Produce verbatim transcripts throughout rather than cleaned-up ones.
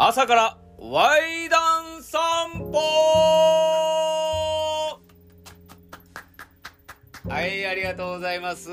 朝からワイダン散歩。はい、ありがとうございます。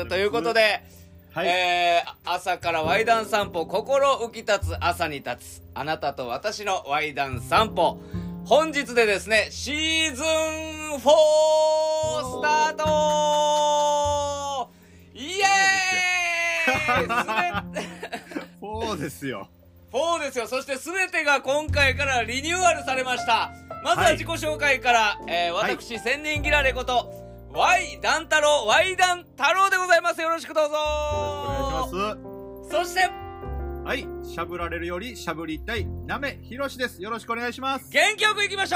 ということで、はい、えー、朝からワイダン散歩、心浮き立つ朝に立つあなたと私のワイダン散歩、本日でですねシーズンフォースタート。イエーイ。 フォーですよ。 フォーですよ。そして全てが今回からリニューアルされました。まずは自己紹介から、はい、えー、私、はい、千人ギラレことワイダン太郎、ワイダン太郎でございます。よろしくどうぞ。 よろしくお願いします。 そしてはい、しゃぶられるよりしゃぶりたいなめひろしです。よろしくお願いします。 元気よくいきましょう。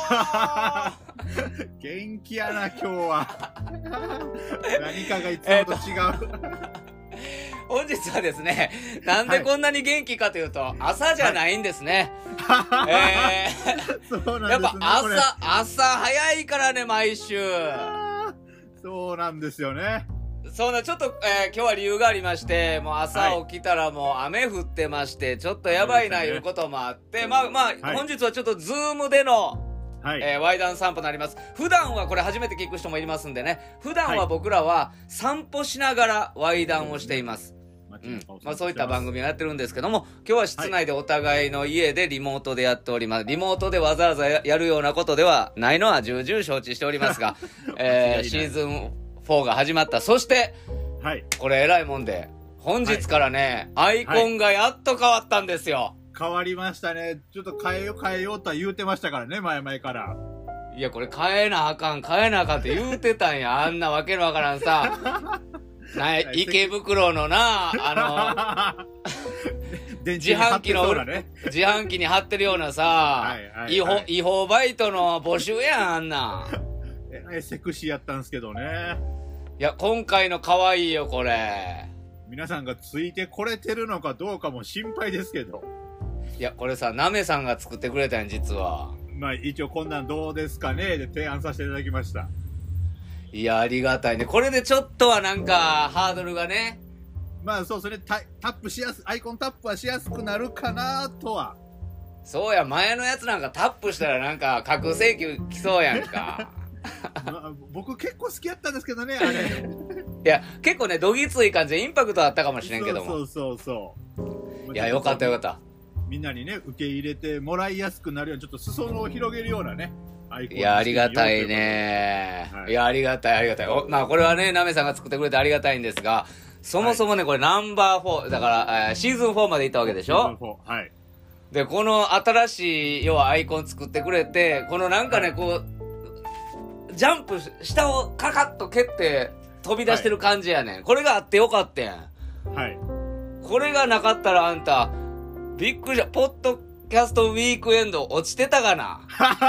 元気やな今日は。何かがいつもと違う。 本日はですね、なんでこんなに元気かというと、はい、朝じゃないんですね。はい、えー、そうなんですね。やっぱ朝、朝早いからね、毎週。 そうなんですよね。 そうな、ちょっと、えー、今日は理由がありまして、もう朝起きたらもう雨降ってまして、ちょっとやばいないうこともあって、まあまあ、はい、本日はちょっとズームでの、はい、えー、ワイダン散歩になります。普段はこれ初めて聞く人もいますんでね、普段は僕らは散歩しながらワイダンをしています。うん、まあそういった番組をやってるんですけども、今日は室内でお互いの家でリモートでやっております。リモートでわざわざやるようなことではないのは重々承知しておりますが、えー、シーズンフォーが始まった。そして、はい、これ偉いもんで、本日からね、はい、アイコンがやっと変わったんですよ。 変わりましたね。ちょっと変えよう変えようとは言うてましたからね、前々から。 いや、これ変えなあかん、変えなあかんって言うてたんや。あんなわけのわからんさ。な池袋のな、あの、自販機の、ね、自販機に貼ってるようなさ、はいはいはい、違法、違法バイトの募集やん、あんな。 えらいセクシーやったんですけどね。 いや、今回の可愛いよ、これ。 皆さんがついてこれてるのかどうかも心配ですけど。 いや、これさ、なめさんが作ってくれたんや、実は。 まあ、一応こんなんどうですかねで提案させていただきました。 いや、ありがたいね。これでちょっとはなんか、ハードルがね。 まあ、そう、それタ、タップしやす、アイコンタップはしやすくなるかなとは。 そうや、前のやつなんかタップしたらなんか、架空請求来そうやんか。 まあ、僕結構好きやったんですけどね、あれ。いや、結構ね、どぎつい感じでインパクトあったかもしれんけども。 そうそうそうそう。 いや、よかったよかった。 みんなにね、受け入れてもらいやすくなるように、ちょっと裾野を広げるようなね。 いや、ありがたいね、はい。いや、ありがたい、ありがたい。おまあ、これはね、なめさんが作ってくれてありがたいんですが、そもそもね、はい、これナンバーフォー、だから、えー、シーズンフォーまでいったわけでしょ？シーズンフォー。はい。で、この新しい、要はアイコン作ってくれて、このなんかね、こう、ジャンプ、下をカカッと蹴って飛び出してる感じやねん。はい、これがあってよかったやん。はい。これがなかったらあんた、びっくりした。ポッドキャストウィークエンド落ちてたかな。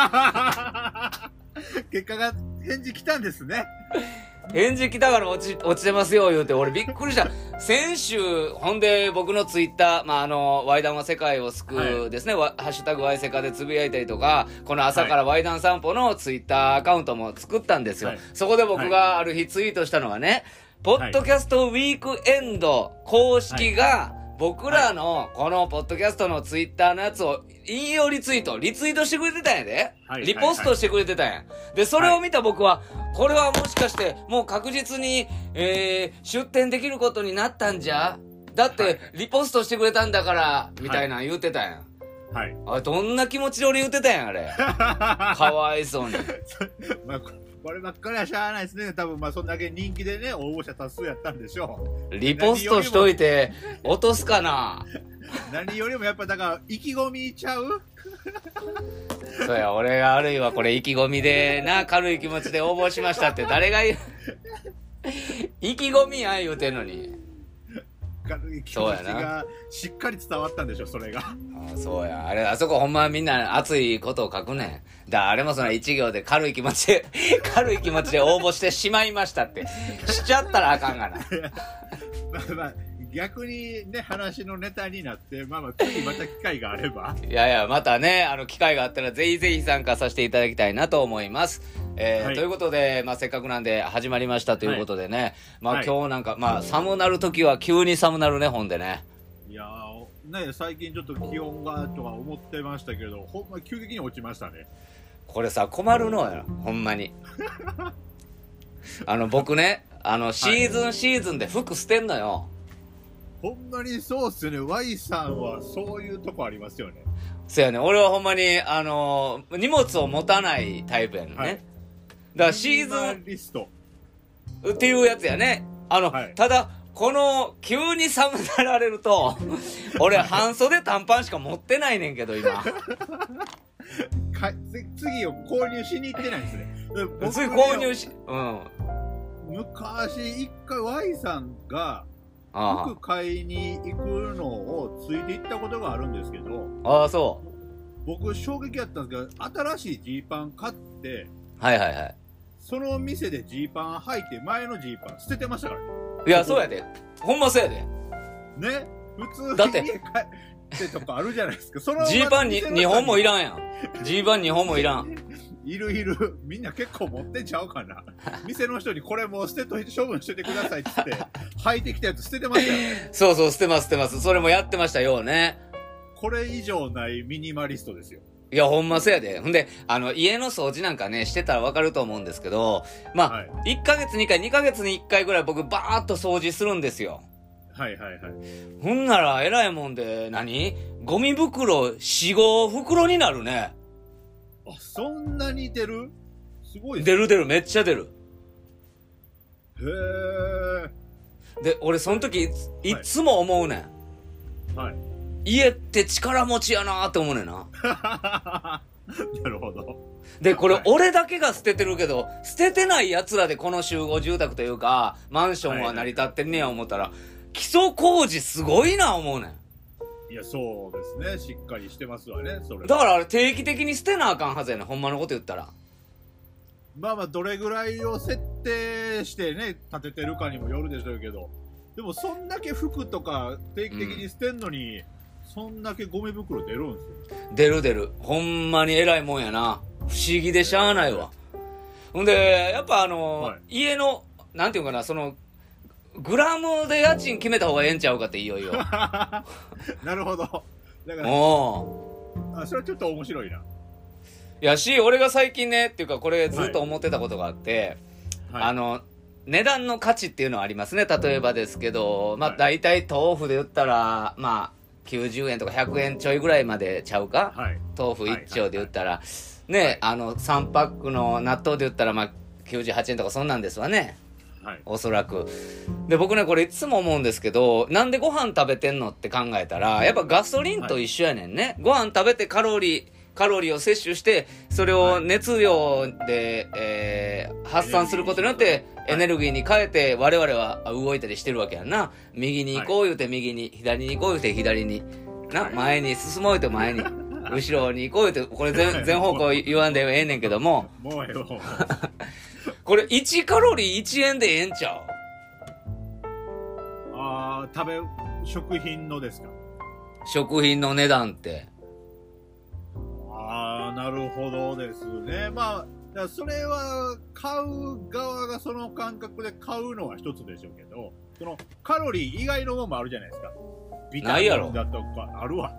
結果が返事来たんですね。 返事来たから落ち落ちてますよ言うて、俺びっくりした。先週ほんで僕のツイッター、まああのワイダンは世界を救うですね、はい、ハッシュタグワイセカでつぶやいたりとか、この朝からワイダン散歩のツイッターアカウントも作ったんですよ。はい、そこで僕がある日ツイートしたのはね、はい、ポッドキャストウィークエンド公式が、はい、僕らのこのポッドキャストのツイッターのやつを引用リツイート、リツイートしてくれてたんやで。はい、リポストしてくれてたんや。で、それを見た僕は、これはもしかしてもう確実に、えー、出展できることになったんじゃ？だって、リポストしてくれたんだから、みたいなの言ってたんや。はい。あれ、どんな気持ちで俺言ってたんや、あれ。かわいそうに。 まあこればっかりはしゃあないですね。多分まあそんだけ人気でね、応募者多数やったんでしょう。リポストしといて落とすかな。 何よりもやっぱだから意気込みちゃう。 そうや、俺があるいはこれ意気込みでな、軽い気持ちで応募しましたって誰が言う。意気込みや言うてんのに。 軽い気持ちがしっかり伝わったんでしょ、それが。 あ、そうや、あれ、あそこほんまみんな熱いことを書くねん。だ、あれもその一行で軽い気持ちで軽い気持ちで応募してしまいましたってしちゃったらあかんがな。 まあまあ逆にね、話のネタになって、まあまあ次また機会があれば。 いやいや、またね、あの機会があったらぜひぜひ参加させていただきたいなと思います。えーはい、ということで、まあせっかくなんで始まりましたということでね、はい、まあ今日なんか、まあ寒なるときは急に寒なるね、ほんでね。 いやー、 ね、最近ちょっと気温がとか思ってましたけど、ほんま急激に落ちましたね。 これさ、困るのよ、ほんまに。あの、僕ね、あの、シーズンシーズンで服捨てんのよ。 ほんまにそうっすよね。Y さんはそういうとこありますよね。 そうやね。俺はほんまに、あの、荷物を持たないタイプやねんね。はい、だからシーズンリストっていうやつやね。あの、はい、ただ、この、急に寒なられると、俺、半袖短パンしか持ってないねんけど、今。 か次を購入しに行ってないんですね。 次購入し、うん。 昔、一回 Y さんが、服買いに行くのをついて行ったことがあるんですけど、 ああ、そう。 僕、衝撃やったんですけど、新しいジーパン買って、 はいはいはい。 その店でジーパン履いて、前のジーパン捨ててましたからね。 いや、そうやで。ほんまそうやで。 ね、普通だって家帰ってとかあるじゃないですか。そのジーパンににほんもいらんやん。ジーパンにほんもいらん。 いるいる。みんな結構持ってんちゃうかな。店の人にこれもう捨てといて処分しててくださいって言って履いてきたやつ捨ててましたよね。 そうそう、捨てます捨てます。それもやってましたよね。 これ以上ないミニマリストですよ。 いや、ほんまそうやで。ほんで、あの、家の掃除なんかね、してたらわかると思うんですけど、まあ、はい、いっかげつにかい、にかげつにいっかいぐらい僕バーッと掃除するんですよ。 はいはいはい。 ほんなら、偉いもんで、何？ゴミ袋、よん、ご袋になるね。 あ、そんなに出る？すごいですね。出る出る、めっちゃ出る。 へー。で、俺その時、いっつも思うねん。 はい。 家って力持ちやなーって思うねんな。 なるほど。 で、これ俺だけが捨ててるけど、捨ててない奴らでこの集合住宅というか、マンションは成り立ってんねや思ったら、基礎工事すごいな思うねん。 いや、そうですね。しっかりしてますわね、それ。 だからあれ定期的に捨てなあかんはずやねん、ほんまのこと言ったら。 まあまあ、どれぐらいを設定してね、立ててるかにもよるでしょうけど、でもそんだけ服とか定期的に捨てんのに、うん、そんだけゴミ袋出るんですよ。 出る出る。ほんまに偉いもんやな。不思議でしゃあないわ。ほんで、やっぱあの、はい、家の、なんていうかな、その、グラムで家賃決めた方がええんちゃうかっていよいよ。 なるほど。だから、 おあ、それはちょっと面白いな。 いやし、俺が最近ね、っていうかこれずっと思ってたことがあって、はい、あの、値段の価値っていうのはありますね。例えばですけど、まあ、大体豆腐で言ったら、まあ、きゅうじゅうえんとかひゃくえんちょいぐらいまでちゃうか、はい、豆腐いっ丁で言ったら、はい、ね、はい、あの、さんパックの納豆で言ったら、まあ、きゅうじゅうはちえんとかそんなんですわね。はい、おそらく。で、僕ね、これいつも思うんですけど、なんでご飯食べてんのって考えたら、やっぱガソリンと一緒やねんね。はい、ご飯食べてカロリー、カロリーを摂取して、それを熱量で、えー、発散することによって、エネルギーに変えて、我々は動いたりしてるわけやんな。右に行こう言うて右に、左に行こう言うて左に。な、前に進もう言うて前に。後ろに行こう言うて、これ全、全方向言わんでええねんけども。 もうええわ。 これいちカロリーいちえんでええんちゃう？ ああ、食べ、食品のですか？ 食品の値段って。 ああ、なるほどですね。まあ、だそれは買う側がその感覚で買うのは一つでしょうけど、そのカロリー以外のものもあるじゃないですか。ビタミンだとかあるわ。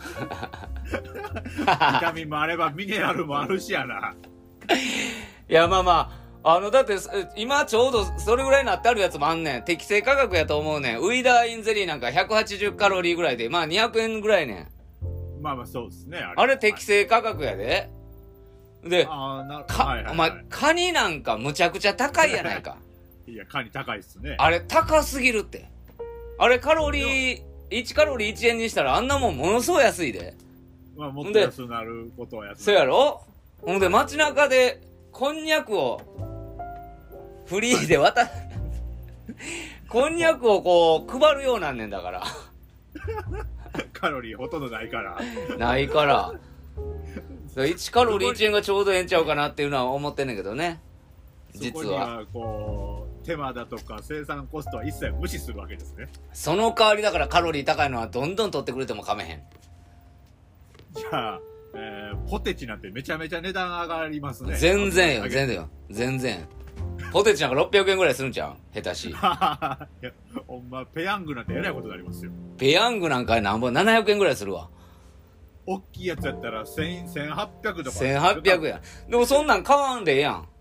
ビタミンもあればミネラルもあるしやな。 いや、まあまあ、あの、だって、今ちょうどそれぐらいになってあるやつもあんねん。適正価格やと思うねん。ウイダーインゼリーなんかひゃくはちじゅうカロリーぐらいで、まあにひゃくえんぐらいねん。 まあまあそうですね。 あれ、あれ適正価格やで。で、 あなか、 はいはいはい、 お前、カニなんかむちゃくちゃ高いやないか。 いや、カニ高いっすね。 あれ高すぎるって。あれカロリー、いちカロリーいちえんにしたらあんなもんものすごい安いで。 まあもっと安くなることは安い。 そうやろ？ほんで街中でこんにゃくをフリーで渡、こんにゃくをこう配るようなんねんだから。 カロリーほとんどないから。 ないから。いちカロリーいちえんがちょうどええんちゃうかなっていうのは思ってんねんけどね。実は。そこにはこう、手間だとか生産コストは一切無視するわけですね。 その代わりだからカロリー高いのはどんどん取ってくれてもかめへん。 じゃあ、えー、ポテチなんてめちゃめちゃ値段上がりますね。 全然よ、全然よ。全然。 ポテチなんかろっぴゃくえんぐらいするんちゃう下手し。 いやほんまペヤングなんてえらいことになりますよ。 ペヤングなんかなんぼななひゃくえんぐらいするわ。 大きいやつやったらせんはっぴゃくとか。 せんはっぴゃくやん。でもそんなん買わんでええやん。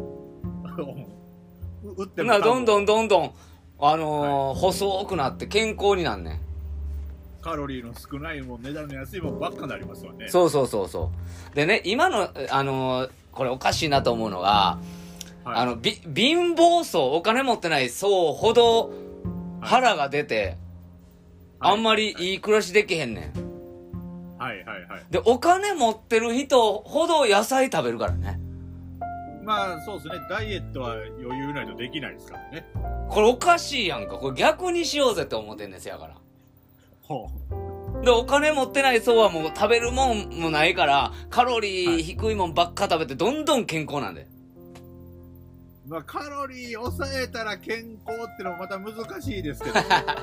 売ってもなどんどんどんどん、あのーは細くなって健康になんねん。 カロリーの少ないもん、値段の安いもんばっかになりますわね。 そうそうそうそう。でね、今の、あのーこれおかしいなと思うのが、 はい、 あの、び、貧乏層、お金持ってない層ほど腹が出て、 はいあんまりいい暮らしできへんねん。 はいはいはい。 で、お金持ってる人ほど野菜食べるからね。 まあそうですね、ダイエットは余裕ないとできないですからね。 これおかしいやんか。これ逆にしようぜって思ってんですやから。 ほで、お金持ってない層はもう食べるもんもないから、カロリー低いもんばっか食べてどんどん健康なんで。 う。まあカロリー抑えたら健康ってのもまた難しいですけど。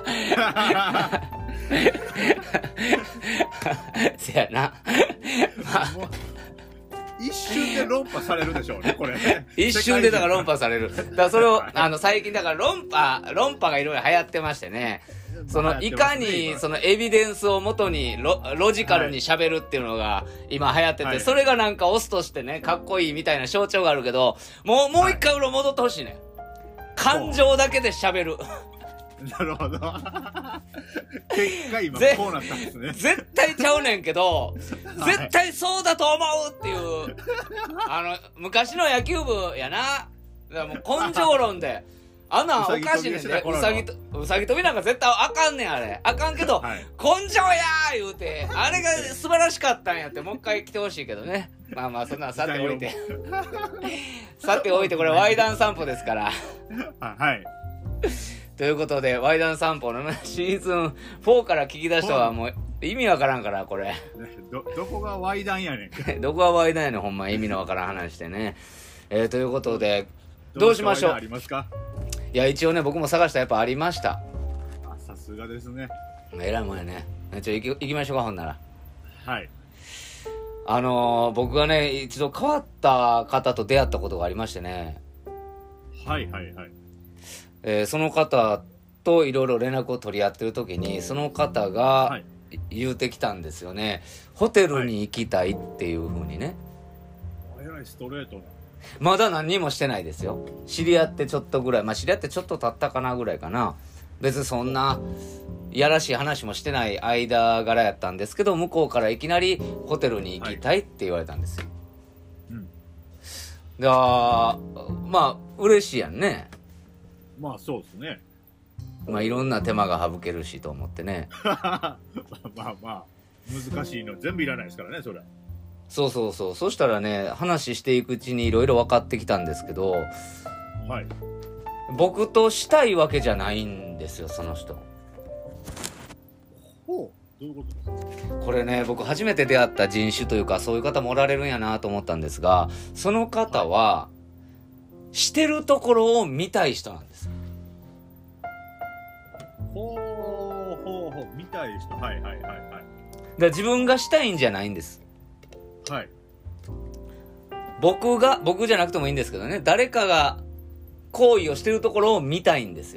せやな。まあもう一瞬で論破されるでしょうね、これ。 一瞬でだから論破される。だからそれを、あの、最近だから論破、論破がいろいろ流行ってましてね。その、いかに、その、エビデンスをもとにロ、ロジカルに喋るっていうのが今流行ってて、 はいそれがなんかオスとしてね、かっこいいみたいな象徴があるけど、もう、もう一回俺戻ってほしいね。感情だけで喋る。 なるほど。結果今ぜこうなったんですね。 絶対ちゃうねんけど、 はい絶対そうだと思うっていう、あの、昔の野球部やな。だからもう根性論で。あんなんおかしいねんで。うさぎと、うさぎ跳びなんか絶対あかんねん、あれ。あかんけど、 はい根性やー言うて、あれが素晴らしかったんやって、もう一回来てほしいけどね。まあまあ、そんなんさておいて。さておいて、これ、ワイダン散歩ですから。 あはい。 ということで、ワイダン散歩のね、シーズンフォーから聞き出したはもう、意味わからんから、これ。 ど、どこがワイダンやねん。 どこがワイダンやねん、ほんま意味のわからん話してね。えー、ということで、どうしましょう。 ありますか？ いや、一応ね、僕も探したらやっぱありました。 あ、さすがですね。 えらいもんやね。ちょ、行き、行きましょうか、ほんなら。 はい。 あのー、僕がね、一度変わった方と出会ったことがありましてね。 はいはいはい。 えーその方といろいろ連絡を取り合ってる時に、その方はがい言うてきたんですよね。ホテルに行きたいっていう風にね。 えらいストレートな。 まだ何にもしてないですよ。知り合ってちょっとぐらい。まあ知り合ってちょっと経ったかなぐらいかな。別にそんな、いやらしい話もしてない間柄やったんですけど、向こうからいきなりホテルに行きたいって言われたんですよ。 うん。 だからまあ、嬉しいやんね。 まあそうですね。 まあいろんな手間が省けるしと思ってね。 まあまあ、難しいの全部いらないですからね、それは。 そうそうそう。そしたらね、話していくうちにいろいろ分かってきたんですけど、 はい。 僕としたいわけじゃないんですよ、その人。 ほう、どういうことですか？ これね、僕初めて出会った人種というか、そういう方もおられるんやなと思ったんですが、その方は、してるところを見たい人なんです。 ほう、ほう、ほう、見たい人。はいはいはいはい。 だから自分がしたいんじゃないんです。 はい。 僕が、僕じゃなくてもいいんですけどね、誰かが行為をしてるところを見たいんですよ。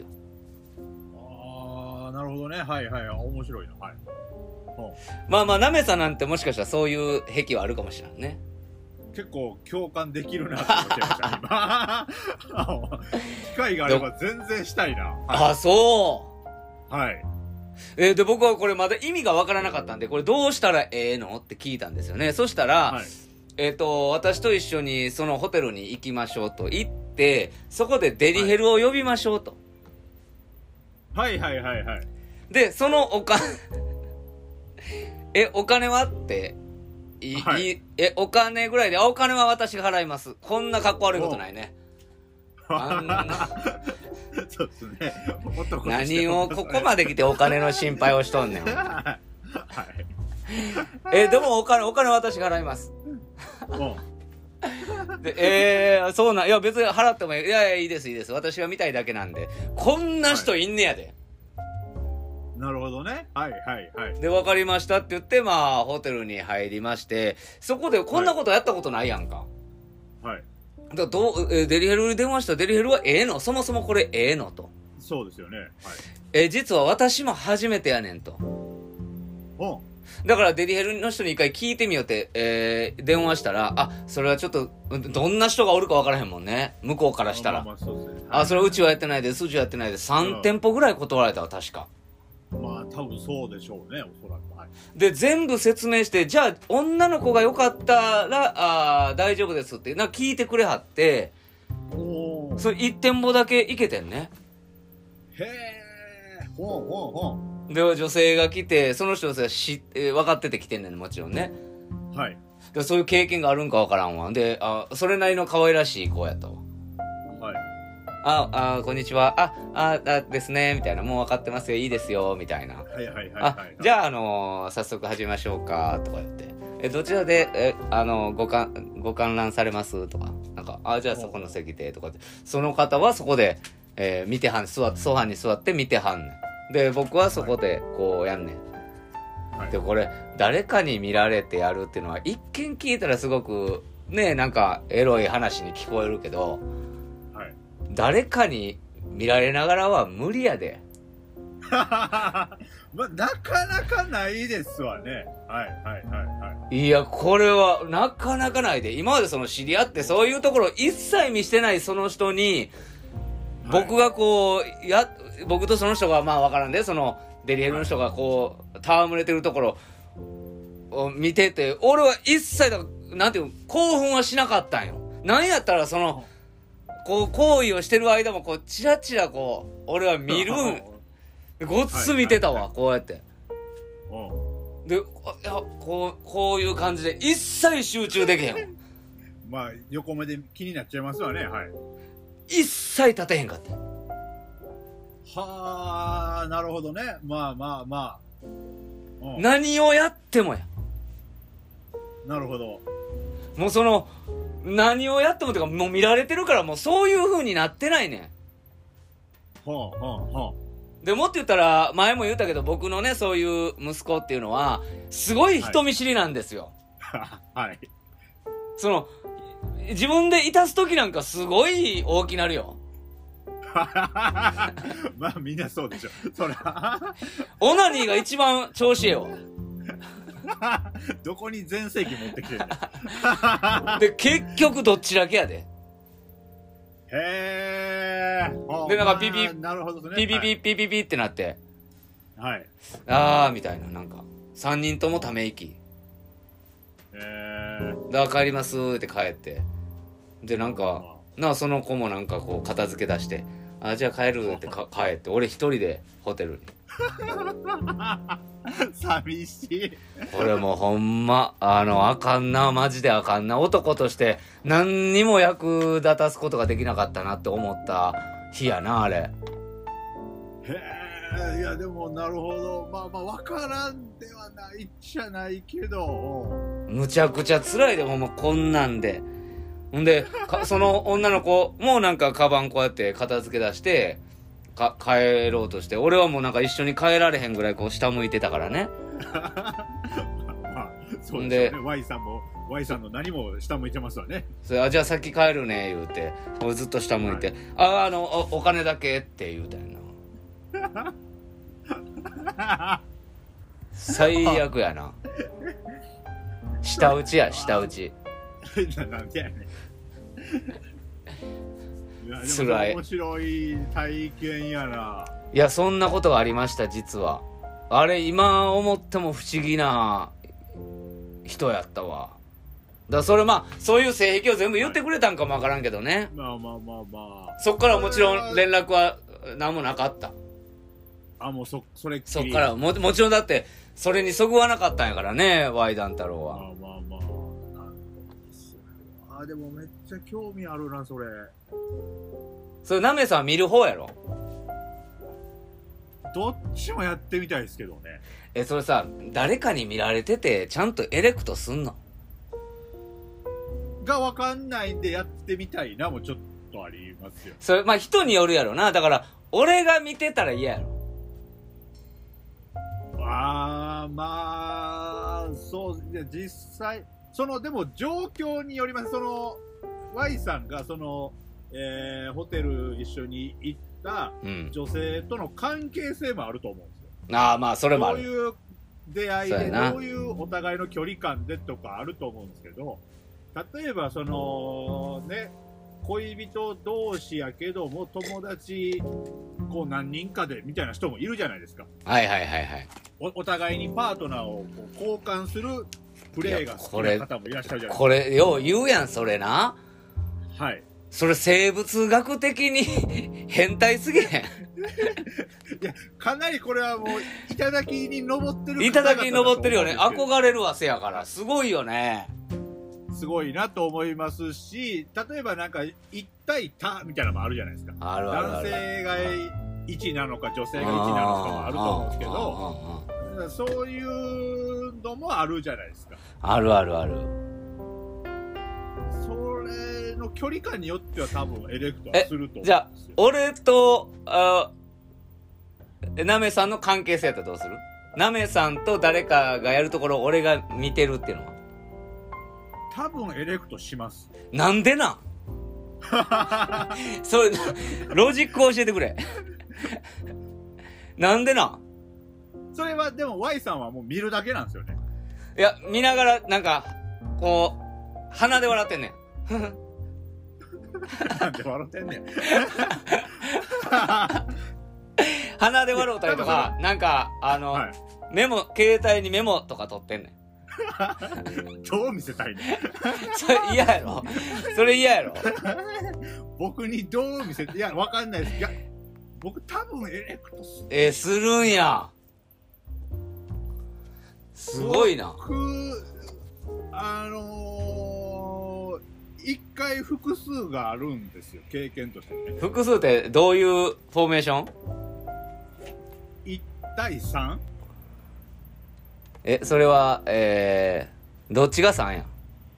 ああ、なるほどね。はいはい。面白いな。はい。ほまあまあ、なめさなんてもしかしたらそういう癖はあるかもしれんね。 う結構共感できるなと思っちゃいました、今。機会があれば全然したいな。はい、 あ、そうはい。 えーで、僕はこれまだ意味がわからなかったんで、これどうしたらええのって聞いたんですよね。そしたら、 はい。 えっと、私と一緒にそのホテルに行きましょうと言って、そこでデリヘルを呼びましょうと。 はいはいはいはい。 で、そのお金、え、お金はって、い、 はいいえ、お金ぐらいで、あ、お金は私が払います。こんな格好悪いことないね。あんな、 そうですね。男として何をここまで来てお金の心配をしとんねん。 はい。 え、でもお金、お金は私が払います。 もで、えー、そうなん、いや別に払ってもいい。いやいや、いいですいいです。私が見たいだけなんで。こんな人いんねやで。 う、なるほどね。はいはいはい。 で、分かりましたって言って、まあ、ホテルに入りまして、そこでこんなことやったことないやんか。 はい。 だどうえデリヘルに電話したらデリヘルはええの、そもそもこれええのと。 そうですよね。はい。 え、実は私も初めてやねんと。 うん。 だからデリヘルの人に一回聞いてみようって、えー、電話したら、あ、それはちょっと、どんな人がおるか分からへんもんね。向こうからしたら。あ、まあまあそうですね、はい、あ、それうちはやってないです、うちはやってないです。さん店舗ぐらい断られたわ、確か。 まあ多分そうでしょうね、おそらく。はい、 で、全部説明して、じゃあ女の子がよかったら、あ大丈夫ですって、なんか聞いてくれはって、おそれいち店舗だけ行けてんね。 へえ、ほうほうほう。 で、女性が来て、その人は知、えー、分かってて来てんねん、もちろんね。 はい。 でそういう経験があるんか分からんわ。で、あ、それなりの可愛らしい子やったわ。 はい。 あ、あ、こんにちは。あ、あ、あですね、みたいな。もう分かってますよ、いいですよ、みたいな。 はいはいはい、はい。 あ、じゃあ、あのー、早速始めましょうか、とか言って。え、どちらで、え、あの、ごかん、ご観覧されますとか。なんか、あ、じゃあそこの席で、とかって。その方はそこで、えー、見てはん、座って、ソファに座って見てはんねん。で、僕はそこでこうやんねん。はい、で、これ、誰かに見られてやるっていうのは、一見聞いたらすごく、ね、なんか、エロい話に聞こえるけど、はい、誰かに見られながらは無理やで。 まあ、なかなかないですわね。はいはいはいはい。 いや、これは、なかなかないで。今までその知り合って、そういうところ一切見してないその人に、僕がこう、や、僕とその人がまあわからんで、そのデリヘルの人がこう戯れてるところを見てて、俺は一切だなんていう興奮はしなかったんよ。なんやったらそのこう行為をしてる間もこうチラチラこう俺は見るごっつ見てたわ、こうやってで、いやこうこういう感じで一切集中できへんまあ横目で気になっちゃいますわね。はい。 一切立てへんかった。 はあ、なるほどね。まあまあまあ。 うん、何をやってもや。 なるほど。 もうその、何をやってもというか、もう見られてるから、もうそういう風になってないねん。 はあ、はあ、はあ。 で、もっと言ったら、前も言ったけど、僕のね、そういう息子っていうのは、すごい人見知りなんですよ。 はい。はい、 その、自分でいたす時なんかすごい大きなるよ。 まあみんなそうでしょ。そら。 オナニーが一番調子ええよ。 どこに全盛期持ってきてんだで、結局どっちだけやで。 へー。 で、なんかピピ、 なるほどね。 ピピピピピピってなって。 はい。 あー、みたいな、なんか。三人ともため息。 へー。 だから帰りますって帰って。で、なんか、なあ、その子もなんかこう片付け出して、あ、じゃあ帰るってか帰って、俺一人でホテルに。 寂しい。 これもうほんま、あの、あかんな、マジであかんな。男として何にも役立たすことができなかったなって思った日やな、あれ。へえ、いやでもなるほど。まあまあわからんではないっちゃないけど。 むちゃくちゃ辛いで、ほんまこんなんで。ほんで、その女の子もなんかカバンこうやって片付け出して、か帰ろうとして、俺はもうなんか一緒に帰られへんぐらいこう下向いてたからね。 まあ、そうですよね。Y さんも、Y さんの何も下向いてますわね。 それあ、じゃあ先帰るね、言うて。俺ずっと下向いて、はい、あ、あのお、お金だけって言うたんやな。最悪やな。下打ちや、下打ち。 なんでやねん。いやつらい。 面白い体験やな。 いや、そんなことがありました、実は。あれ、今思っても不思議な人やったわ。だからそれまあ、そういう性癖を全部言ってくれたんかもわからんけどね。 まあまあまあまあ。 そっからもちろん連絡は何もなかった。 あ、もうそ、それっきり。 そっからも、もちろんだって、それにそぐわなかったんやからね、ワイダン太郎は。 まあまあまあ。あ、でもめっちゃ興味あるな、それ。 それ、ナメさんは見る方やろ？ どっちもやってみたいですけどね。 え、それさ、誰かに見られてて、ちゃんとエレクトすんの？ がわかんないんでやってみたいなもちょっとありますよ。 それ、まあ人によるやろな。だから、俺が見てたら嫌やろ。 あー、まあ、そう、実際、その、でも状況によります。その、 Y さんがその、えー、ホテル一緒に行った女性との関係性もあると思うんですよ。 うん、ああ、まあ、それもある。 どういう出会いで、どういうお互いの距離感でとかあると思うんですけど、例えば、その、ね、恋人同士やけども、友達、こう何人かでみたいな人もいるじゃないですか。 はいはいはいはい。 お, お互いにパートナーをこう交換するプレーが好きな方もいらっしゃるじゃないですか。 これ、よう言うやん、それな。 はい。 それ生物学的に変態すぎへん。 いや、かなりこれはもう、頂に登ってる。 頂に登ってるよね。憧れるわせやから。すごいよね。 すごいなと思いますし、例えばなんか、一対多みたいなのもあるじゃないですか。 あるあるある。 男性がいちなのか、女性がいちなのかもあると思うんですけど、そういうのもあるじゃないですか。 あるあるある。 それの距離感によっては多分エレクトはすると思うんですよ。 じゃあ、俺と、あ、なめさんの関係性やったらどうする？なめさんと誰かがやるところを俺が見てるっていうのは多分エレクトします。 なんでなんそれ、ロジックを教えてくれ。なんでなんそれはでも Y さんはもう見るだけなんですよね。 いや、見ながら、なんか、こう、鼻で笑ってんねん。 なんで笑ってんねん。 鼻で笑うたりとか、なんか、あの、はい、メモ、携帯にメモとか取ってんねん。 どう見せたいねん。 それ嫌やろそれ嫌やろ僕にどう見せて、いや、わかんないです。いや、僕多分エレクトする。 えー、するんや。すごいな。 僕、あのー、一回複数があるんですよ、経験としてね。 複数ってどういうフォーメーション？ いち対さん？ え、それは、えー、どっちがさんやん？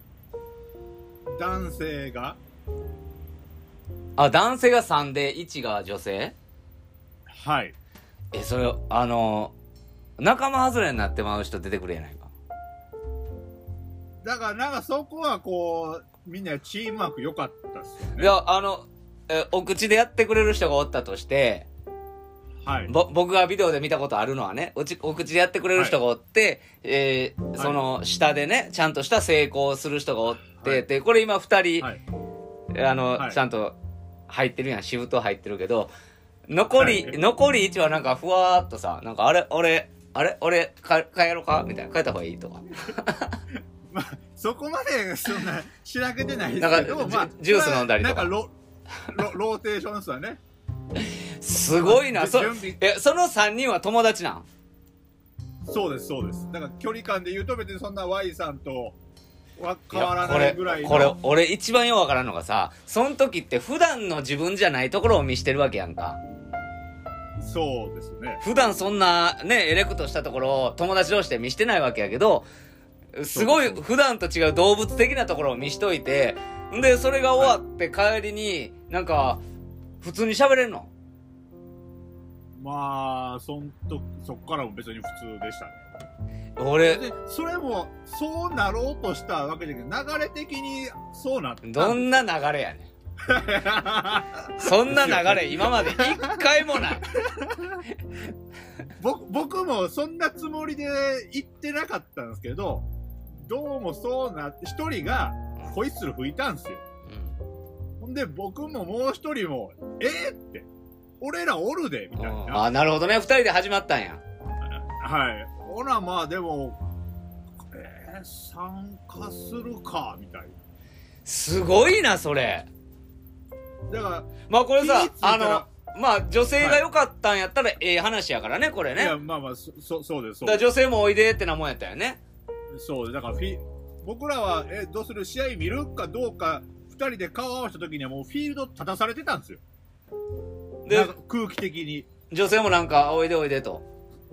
男性が？ あ、男性がさんでいちが女性？ はい。 え、それ、あの、仲間外れになってまう人出てくれやないか。 だからなんかそこはこう、みんなチームワーク良かったっすよね。 いや、あの、え、お口でやってくれる人がおったとして、 はい。 ぼ、僕がビデオで見たことあるのはね、おち、お口でやってくれる人がおって、はい、えーはい、その、下でね、ちゃんとした成功する人がおって、はい、で、これ今二人、はい、あの、はい、ちゃんと入ってるやん、シフト入ってるけど、残り、はい、残りいちはなんかふわーっとさ、なんかあれ、俺、あれ俺、か、帰ろうかみたいな。帰った方がいいとか。 まあ、そこまで、そんな、しらけてないですけど、 なんか、 まあ、 ジュース飲んだりとか。 なんかロ、ロ、ローテーションですよね。 すごいな。そ、え、そのさんにんは友達なん？ そうです、そうです。だから距離感で言うと別にそんな Y さんとは変わらないぐらいの。 これ、これ、俺一番ようわからんのがさ、その時って普段の自分じゃないところを見してるわけやんか。 そうですね。 普段そんなね、エレクトしたところを友達同士で見してないわけやけど、すごい普段と違う動物的なところを見しといて、んで、それが終わって帰りに、なんか、普通に喋れんの？ まあ、そんと、そっからも別に普通でしたね。 俺、 で、それも、そうなろうとしたわけじゃなくて、流れ的にそうなったんです。 どんな流れやねん。そんな流れ今まで一回もない。 僕、僕もそんなつもりで言ってなかったんですけど、どうもそうなって、一人がホイッスル吹いたんですよ。ほんで、僕ももう一人も、えー、って、俺らおるで、みたいな。 あ、なるほどね。二人で始まったんや。 はい。ほら、まあでも、えー、参加するか、みたいな。 すごいな、それ。 だから、 まあこれさ、あの、まあ女性が良かったんやったら、はい、ええ話やからね、これね。 いや、まあまあ、そ、そそうです、そうです。 だから女性もおいでってなもんやったよね。 そうです。だからフィ、僕らは、え、どうする試合見るかどうか、二人で顔合わせた時にはもうフィールド立たされてたんですよ。で、空気的に。 女性もなんか、おいでおいでと。 うん、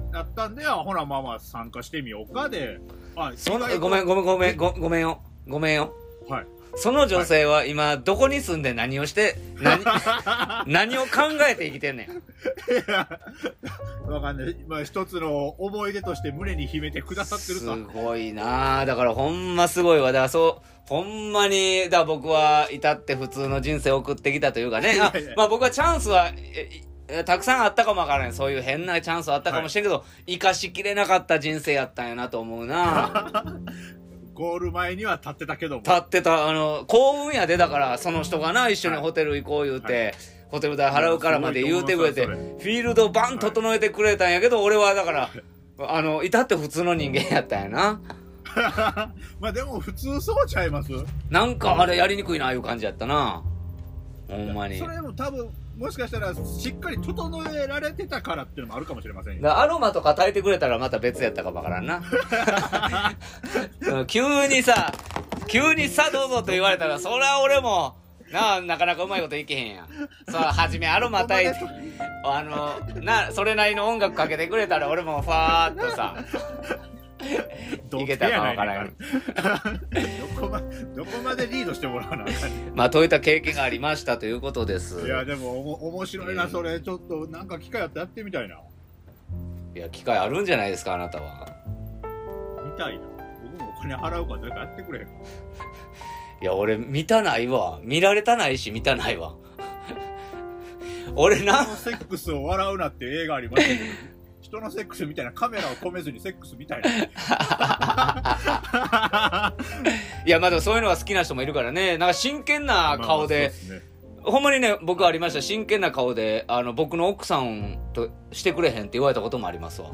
やったんで、ほら、まあまあ参加してみようかで。 あ、そんな、ごめん、ごめん、ごめん、ごごめんよ。ごめんよ。 はい。 その女性は今、どこに住んで何をして、何、何を考えて生きてんねん。いや、わかんない。まあ、一つの思い出として胸に秘めてくださってると。 すごいなぁ。だからほんますごいわ。だからそう、 ほんまに、だから僕は至って普通の人生を送ってきたというかね。あまあ僕はチャンスは、えたくさんあったかもわからない。そういう変なチャンスはあったかもしれんけど、はい、生かしきれなかった人生やったんやなと思うな。 ゴール前には立ってたけども。 立ってた、あの、幸運やで、だから、その人がな、一緒にホテル行こう言うて、はいはい、ホテル代払うからまで言うてくれて、フィールドバン整えてくれたんやけど、はい、俺はだから、あの、至って普通の人間やったんやな。 まあでも普通そうちゃいます？ なんかあれやりにくいな、ああいう感じやったな。ほんまに。 それも多分、もしかしたらしっかり整えられてたからっていうのもあるかもしれませんよ。 だアロマとか炊いてくれたらまた別やったかもわからんな。急にさ、急にさどうぞと言われたら、それは俺も、なあ、なかなかうまいこといけへんやん。さあ、はじめアロマ炊いて、あの、な、それなりの音楽かけてくれたら俺もファーっとさ、いけたかわからん。 どこま、どこまでリードしてもらわなあかんねん。 まあ、そういった経験がありましたということです。 いや、でも、おも面白いな、それ。ちょっと、なんか機会あってやってみたいな。 いや、機会あるんじゃないですか、あなたは。 見たいな。僕もお金払うから誰かやってくれへん。 いや、俺、見たないわ。見られたないし、見たないわ。俺な。 人のセックスを笑うなって映画ありましたけど、人のセックスみたいな、カメラを止めずにセックスみたいな。 いや、まあでもそういうのが好きな人もいるからね。なんか真剣な顔で、まあね、ほんまにね、僕ありました。真剣な顔で、あの、僕の奥さんとしてくれへんって言われたこともありますわ。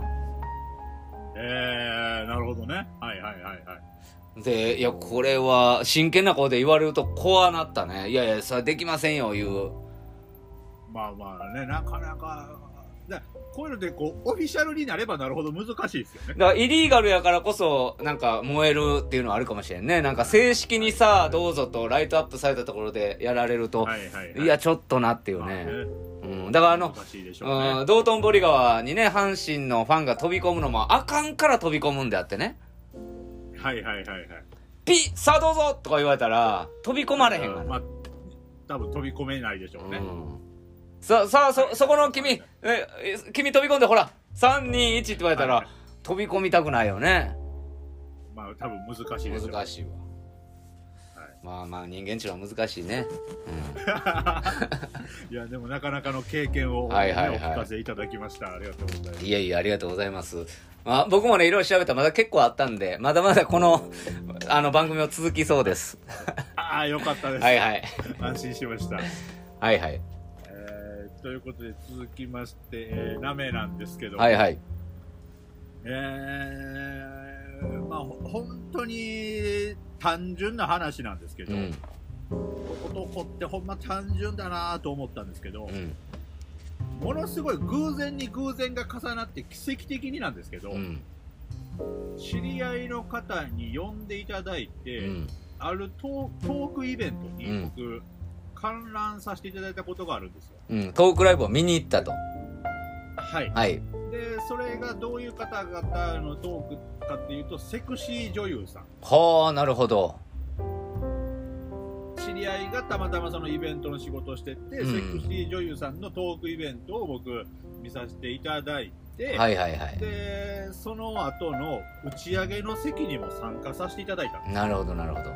えー、なるほどね。はいはいはいはい。 で、いや、これは、真剣な顔で言われると怖なったね。いやいや、それできませんよ、言う。 まあまあね、なかなか、こういうので、こう、オフィシャルになればなるほど難しいですよね。 だから、イリーガルやからこそ、なんか、燃えるっていうのはあるかもしれんね。なんか、正式にさ、どうぞと、ライトアップされたところでやられると、はいはいはい、いや、ちょっとなっていうね。まあね、うん。だから、あの、ね、うん、道頓堀川にね、阪神のファンが飛び込むのも、あかんから飛び込むんであってね。 はいはいはいはい。 ピッさあどうぞとか言われたら、飛び込まれへんがな。まあ、 多分飛び込めないでしょうね。うん、 さ、さあ、そ、そこの君、え、君飛び込んでほら、さん、に、いちって言われたら、はいはい、飛び込みたくないよね。 まあ、多分難しいですよ。 難しいわ。はい、まあまあ、人間っていうのは難しいね。 うん、いや、でもなかなかの経験を、ね、はいはいはい、お聞かせいただきました。ありがとうございます。 いやいや、ありがとうございます。まあ、僕もね、いろいろ調べたらまだ結構あったんで、まだまだこの、あの番組を続きそうです。 ああ、よかったです。 はいはい。 安心しました。 はいはい。 えー、ということで続きまして、えー、ラメなんですけど。 はいはい。 えー、まあ、本当に単純な話なんですけど、うん、男ってほんま単純だなと思ったんですけど、うん、ものすごい偶然に偶然が重なって奇跡的になんですけど、うん、知り合いの方に呼んでいただいて、うん、あるトー、トークイベントに僕、うん、観覧させていただいたことがあるんですよ、 うん、トークライブを見に行ったと。 はい、はい、でそれがどういう方々のトークかっていうと、セクシー女優さん。 はあ、なるほど。 知り合いがたまたまそのイベントの仕事をしてて、うん、セクシー女優さんのトークイベントを僕見させていただいて、 はいはいはい、 でその後の打ち上げの席にも参加させていただいたんです。 なるほどなるほど。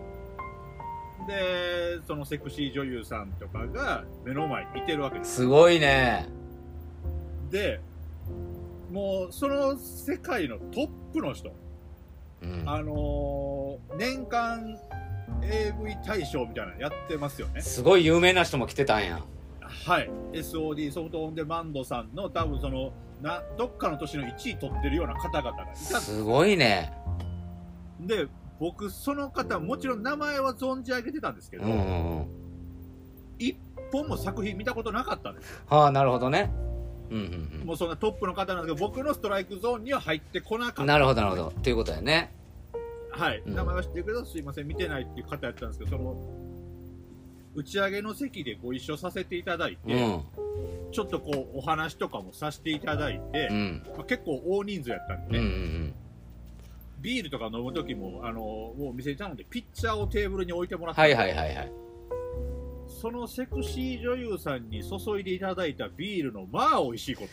でそのセクシー女優さんとかが目の前にいてるわけです。 すごいね。 でもうその世界のトップの人、うん、あのー、年間 エーブイ 大賞みたいなのやってますよね。 すごい有名な人も来てたんや。 はい。エスオーディー ソフトオンデマンドさんの多分そのなどっかの年のいちい取ってるような方々がいたんです。 すごいね。 で僕その方もちろん名前は存じ上げてたんですけど、うんうんうん、一本も作品見たことなかったんですよ。 はあ、なるほどね。うんうんうん、 もうそんなトップの方なんですけど、僕のストライクゾーンには入ってこなかった。 なるほどなるほど。ということだよね。 はい、うん、名前は知ってるけどすいません見てないっていう方やったんですけど、その打ち上げの席でご一緒させていただいて、うん、ちょっとこうお話とかもさせていただいて、うん、まあ、結構大人数やったんでね、うんうんうん、ビールとか飲む時もあのもう店に頼んでピッチャーをテーブルに置いてもらって、 はいはいはいはい、 そのセクシー女優さんに注いでいただいたビールのまあ美味しいこと。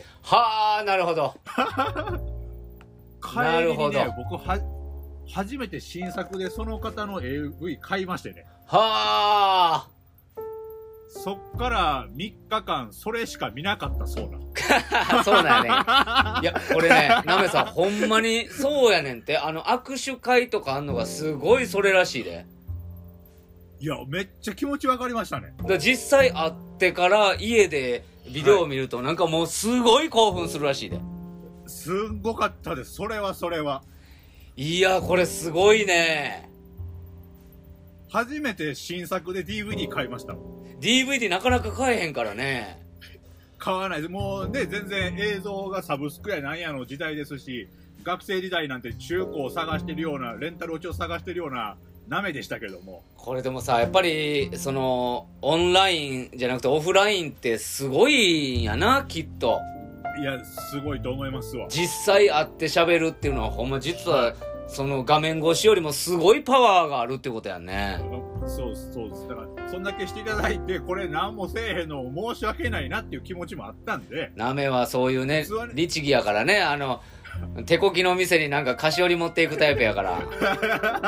はあ、なるほど。 帰りにね、僕は初めて新作でその方の エーブイ 買いましてね。 はあ。 そっからみっかかんそれしか見なかったそうな。そうなんやね。いや、これね、なめさん、ほんまにそうやねんって。あの、握手会とかあんのがすごいそれらしいで。 いや、めっちゃ気持ちわかりましたね。 だ実際会ってから家でビデオを見ると、なんかもうすごい興奮するらしいで。 すんごかったです。それはそれは。 いや、これすごいね。 初めて新作で ディーブイディー 買いました。 ディーブイディー なかなか買えへんからね。 買わないです。もうね、全然映像がサブスクやなんやの時代ですし、学生時代なんて中古を探してるような、レンタル落ちを探してるようななめでしたけども。 これでもさ、やっぱり、その、オンラインじゃなくてオフラインってすごいんやな、きっと。 いや、すごいと思いますわ。 実際会って喋るっていうのは、ほんま実は、その画面越しよりもすごいパワーがあるってことやんね。 そうです、そうです。だから、そんだけしていただいて、これ何もせえへんの申し訳ないなっていう気持ちもあったんで。 なめはそういうね、律儀やからね、あの、手こきの店になんか菓子折り持っていくタイプやから。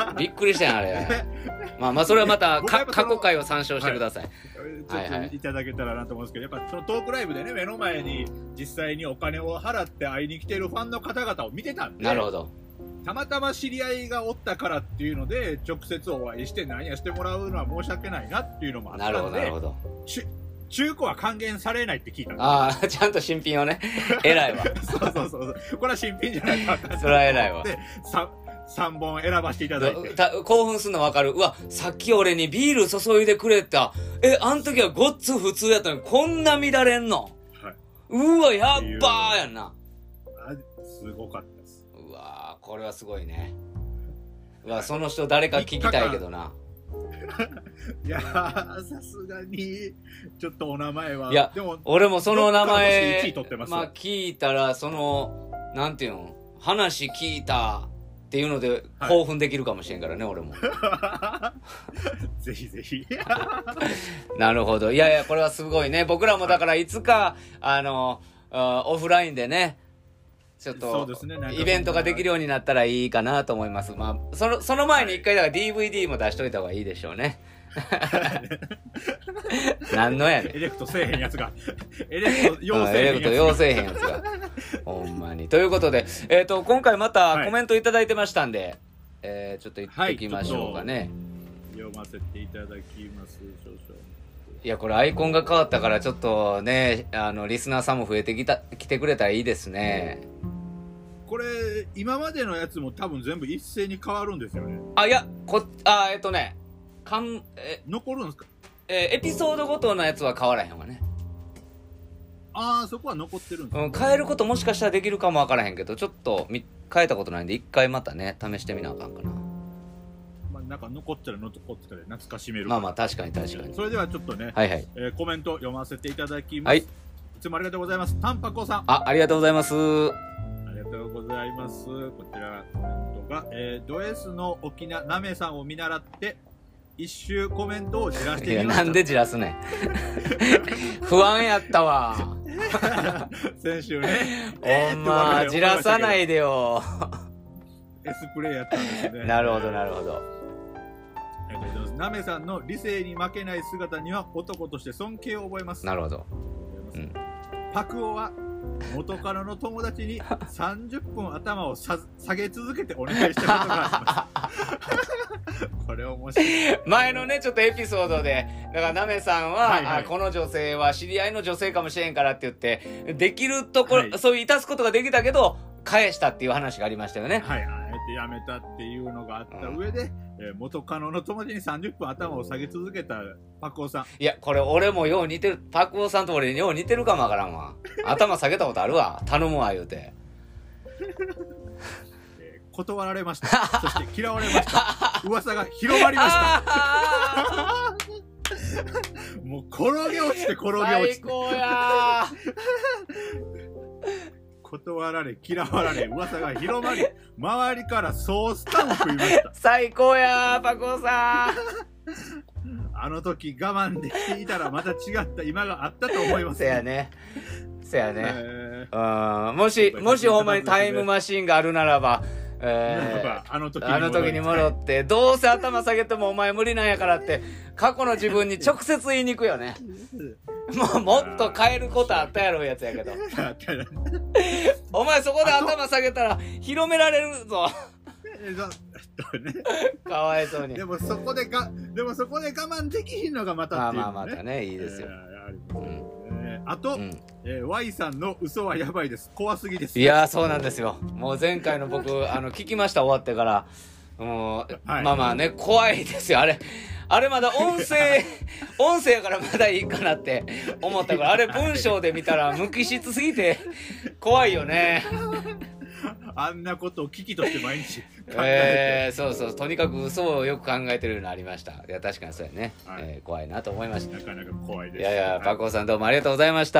びっくりしたんあれ。まあまあ、それはまたか過去回を参照してください。 はい、ちょっといただけたらなと思うんですけど、やっぱそのトークライブでね、目の前に実際にお金を払って会いに来てるファンの方々を見てたんで。 なるほど。 たまたま知り合いがおったからっていうので、直接お会いして何やしてもらうのは申し訳ないなっていうのもあったんで。なるほど、なるほど。中古は還元されないって聞いたんです。 ああ、ちゃんと新品をね。偉いわ。 そうそうそうそう。これは新品じゃないか。 それは偉いわ。 で、さんぼん選ばせていただいて。 興奮するの分かる。うわ、さっき俺にビール注いでくれた。え、あん時はごっつ普通やったのにこんな乱れんの。はい。うわ、やっばーやんな。 あ、すごかったです。 うわー、これはすごいね。うわ、その人誰か聞きたいけどな。 いやー、さすがに、ちょっとお名前は。 いや、でも俺もその名前、まあ聞いたら、その、なんていうの、話聞いたっていうので興奮できるかもしれんからね、はい、俺も。 ぜひぜひ。 なるほど。いやいや、これはすごいね。僕らもだからいつか、あの、オフラインでね、ちょっと、イベントができるようになったらいいかなと思います。まあ、その、その前に一回だから ディーブイディー も出しといた方がいいでしょうね。何のやねん。 エレクトせえへんやつが。エレクト要せえへんやつが。エレクト要せえへんやつが。ほんまに。ということで、えっと、今回またコメントいただいてましたんで、はい、えー、ちょっと言っていきましょうかね。 はい、読ませていただきます。少々。 いや、これアイコンが変わったからちょっとね、あの、リスナーさんも増えてきた、来てくれたらいいですね。 これ、今までのやつも多分全部一斉に変わるんですよね。 あ、いや、こ、あ、えっとね、かん、え、 残るんですか？ えー、エピソードごとのやつは変わらへんわね。 ああ、そこは残ってるんですか？ うん、変えることもしかしたらできるかもわからへんけど、ちょっとみ変えたことないんで、一回またね、試してみなあかんかな。 まあ、なんか残ってる残ってるで懐かしめる。 まあまあ、確かに確かに。 それではちょっとね、 はいはい。 えー、コメント読ませていただきます。 はい。いつもありがとうございます。タンパコさん。 あ、ありがとうございます。 ありがとうございます。こちら、コメントが、えー、ド S の沖縄、なめさんを見習って、一周コメントをじらしてみました。 いや、なんでじらすねん。不安やったわ。 先週ね。 ほんま、じらさないでよ。 S プレイやったんですね。 なるほど、なるほど。 ありがとうございます。なめさんの理性に負けない姿には男として尊敬を覚えます。 なるほど。うん、 パクオは元カノの友達にさんじゅっぷん頭をさ下げ続けてお願いしたことがあります。これ面白い。 前のね、ちょっとエピソードで、だからなめさんは、 はいはい、 あ、この女性は知り合いの女性かもしれんからって言って、できるところ、はい、そういういたすことができたけど、返したっていう話がありましたよね。 はい、あえてやめたっていうのがあった上で、うん、えー、元カノの友達にさんじゅっぷん頭を下げ続けたパクオさん。 いや、これ俺もよう似てる、パクオさんと俺よう似てるかもわからんわ。頭下げたことあるわ。頼むわ、言うて。 えー、断られました。そして嫌われました。噂が広まりました。もう転げ落ちて転げ落ちて。 最高や断られ、嫌われ、噂が広まり、周りからソースタンを食いました。 最高やー、パコさん。 あの時我慢できていたらまた違った今があったと思います。 せやね。せやね。えー、うん、もし、もしほんまにタイムマシンがあるならば、 えー、 あの時にあの時に戻って、どうせ頭下げてもお前無理なんやからって、過去の自分に直接言いに行くよね。もうもっと変えることあったやろやつやけど。お前そこで頭下げたら広められるぞ。かわいそうに。 でもそこでが、でもそこで我慢できひんのがまたっていう、ね。 まあまあまたね、いいですよ。 えーうんえー、あと、うんえー、Y さんの嘘はやばいです。怖すぎです。 いやーそうなんですよ。もう前回の僕、あの、聞きました、終わってから。もう、はい、まあまあね、怖いですよ。あれ、あれまだ音声、音声やからまだいいかなって思ったから、あれ文章で見たら無機質すぎて怖いよね。 あんなことを危機として毎日考えて、 えー、そうそう、とにかく嘘をよく考えてるようになりました。いや確かにそうやね、はいえー、怖いなと思いました。 なかなか怖いです。 いやいや、パコーさんどうもありがとうございました。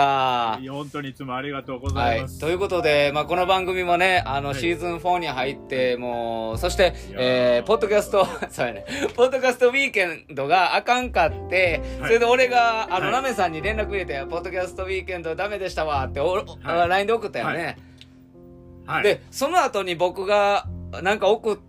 いや本当にいつもありがとうございます。 はい、ということで、まあ、この番組もね、あの、はい、シーズンフォーに入ってもうそして、えー、ポッドキャストそうやね、ポッドキャストウィーケンドがあかんかって、はい、それで俺があの、はい、ラメさんに連絡入れて、ポッドキャストウィーケンドダメでしたわってお、はい、ライン で送ったよね。はいはい、で、その後に僕がなんか送って、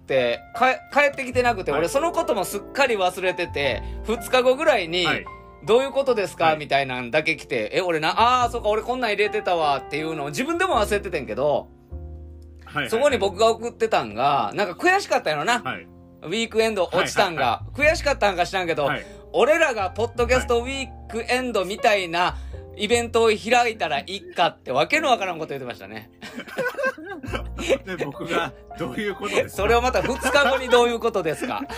か帰ってきてなくて、はい、俺そのこともすっかり忘れてて、ふつかごぐらいに、はい、どういうことですか、はい、みたいなんだけ来て、え、俺な、ああ、そっか、俺こんなん入れてたわっていうのを自分でも忘れててんけど、はいはい、そこに僕が送ってたんが、なんか悔しかったよな。はい、ウィークエンド落ちたんが、はいはいはい、悔しかったんか知らんけど、はい、俺らがポッドキャストウィークエンドみたいな、イベントを開いたらいいかってわけのわからんこと言ってましたね。 で僕がどういうことですか。 それをまたふつかごにどういうことですか。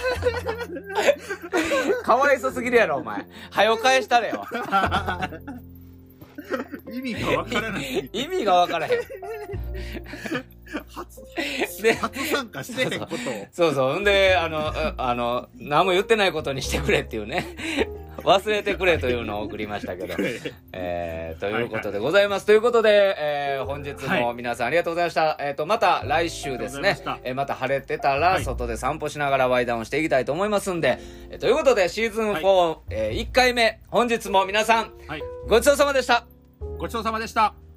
かわいそすぎるやろお前。はよ返したれよ。 意味がわからない。 意味がわからへん。 初で初参加してへんことを。 そうそう。んであのあの何も言ってないことにしてくれっていうね。忘れてくれというのを送りましたけど、えー、ということでございます。はいはい、ということで、えー、本日も皆さんありがとうございました。はい、えっ、ー、と、また来週ですね、まえー、また晴れてたら外で散歩しながらワイダウンしていきたいと思いますんで、えー、ということでシーズンフォー、はいえー、いっかいめ、本日も皆さん、はい、ごちそうさまでした。 ごちそうさまでした。